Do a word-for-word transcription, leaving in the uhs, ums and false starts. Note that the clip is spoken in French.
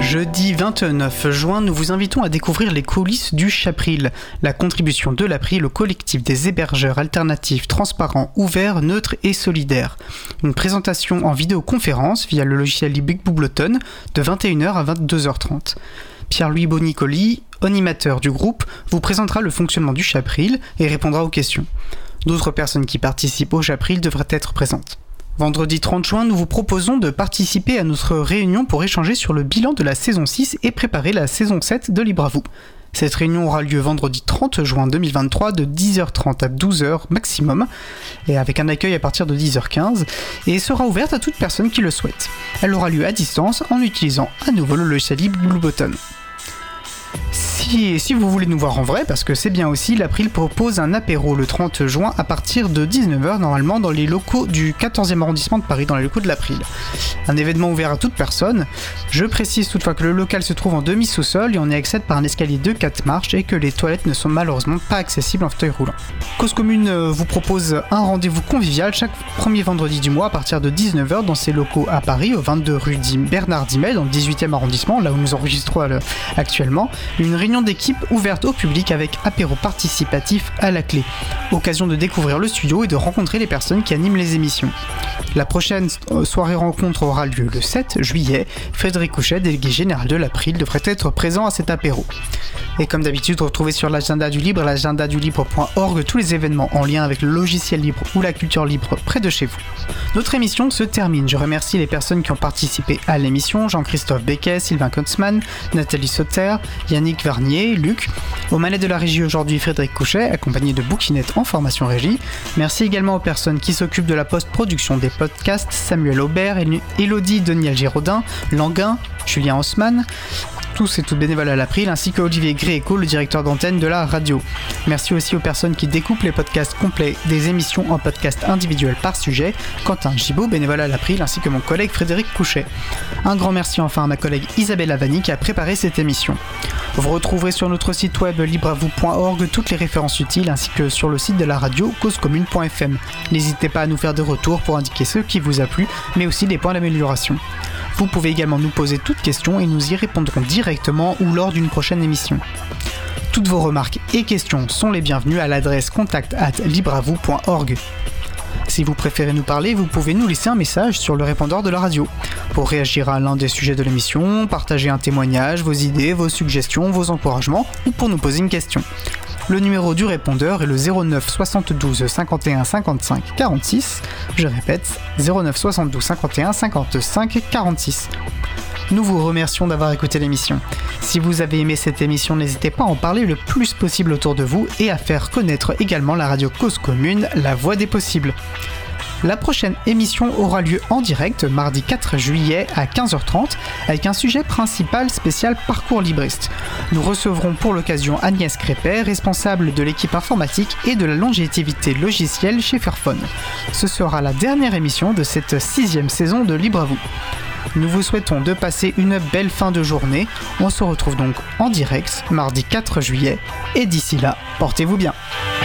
Jeudi vingt-neuf juin, nous vous invitons à découvrir les coulisses du Chapril, la contribution de l'April au collectif des hébergeurs alternatifs, transparents, ouverts, neutres et solidaires. Une présentation en vidéoconférence via le logiciel libre Boobleton de vingt et une heures à vingt-deux heures trente. Pierre-Louis Bonicoli, animateur du groupe, vous présentera le fonctionnement du Chapril et répondra aux questions. D'autres personnes qui participent au Chapril devraient être présentes. Vendredi trente juin, nous vous proposons de participer à notre réunion pour échanger sur le bilan de la saison six et préparer la saison sept de Libre à vous. Cette réunion aura lieu vendredi trente juin deux mille vingt-trois de dix heures trente à douze heures maximum, et avec un accueil à partir de dix heures quinze, et sera ouverte à toute personne qui le souhaite. Elle aura lieu à distance en utilisant à nouveau le logiciel libre Boobleton. Si, si vous voulez nous voir en vrai, parce que c'est bien aussi, l'April propose un apéro le trente juin à partir de dix-neuf heures normalement dans les locaux du quatorzième arrondissement de Paris, dans les locaux de l'April. Un événement ouvert à toute personne. Je précise toutefois que le local se trouve en demi-sous-sol et on y accède par un escalier de quatre marches et que les toilettes ne sont malheureusement pas accessibles en fauteuil roulant. Cause Commune vous propose un rendez-vous convivial chaque premier vendredi du mois à partir de dix-neuf heures dans ses locaux à Paris, au vingt-deux rue Bernard Dimet, dans le dix-huitième arrondissement, là où nous enregistrons actuellement. Une réunion d'équipe ouverte au public avec apéro participatif à la clé. Occasion de découvrir le studio et de rencontrer les personnes qui animent les émissions. La prochaine soirée rencontre aura lieu le sept juillet. Frédéric Couchet, délégué général de l'April, devrait être présent à cet apéro. Et comme d'habitude, retrouvez sur l'agenda du libre, l'agenda du libre point org, tous les événements en lien avec le logiciel libre ou la culture libre près de chez vous. Notre émission se termine. Je remercie les personnes qui ont participé à l'émission: Jean-Christophe Becquet, Sylvain Kotzmann, Nathalie Sauter, Yannick Varnier, Luc. Au manettes de la régie aujourd'hui, Frédéric Couchet, accompagné de Bouquinette en formation régie. Merci également aux personnes qui s'occupent de la post-production des podcasts: Samuel Aubert, Élodie Deniel Giraudin, Languin, Julien Haussmann, tous et toutes bénévoles à l'April, ainsi que Olivier Gréco, le directeur d'antenne de la radio. Merci aussi aux personnes qui découpent les podcasts complets des émissions en podcasts individuels par sujet: Quentin Gibaud, bénévole à l'April, ainsi que mon collègue Frédéric Couchet. Un grand merci enfin à ma collègue Isabelle Avani qui a préparé cette émission. Vous retrouverez sur notre site web libre à vous point org toutes les références utiles, ainsi que sur le site de la radio cause commune point f m. N'hésitez pas à nous faire des retours pour indiquer ce qui vous a plu, mais aussi des points d'amélioration. Vous pouvez également nous poser toutes questions et nous y répondrons directement ou lors d'une prochaine émission. Toutes vos remarques et questions sont les bienvenues à l'adresse contact arobase libre à vous point org. Si vous préférez nous parler, vous pouvez nous laisser un message sur le répondeur de la radio. Pour réagir à l'un des sujets de l'émission, partager un témoignage, vos idées, vos suggestions, vos encouragements, ou pour nous poser une question. Le numéro du répondeur est le zéro neuf soixante-douze cinquante et un cinquante-cinq quarante-six. Je répète, zéro neuf soixante-douze cinquante et un cinquante-cinq quarante-six. Nous vous remercions d'avoir écouté l'émission. Si vous avez aimé cette émission, n'hésitez pas à en parler le plus possible autour de vous et à faire connaître également la radio Cause Commune, la voix des possibles. La prochaine émission aura lieu en direct mardi quatre juillet à quinze heures trente avec un sujet principal spécial parcours libriste. Nous recevrons pour l'occasion Agnès Crépet, responsable de l'équipe informatique et de la longévité logicielle chez Fairphone. Ce sera la dernière émission de cette sixième saison de Libre à vous. Nous vous souhaitons de passer une belle fin de journée. On se retrouve donc en direct mardi quatre juillet et d'ici là, portez-vous bien.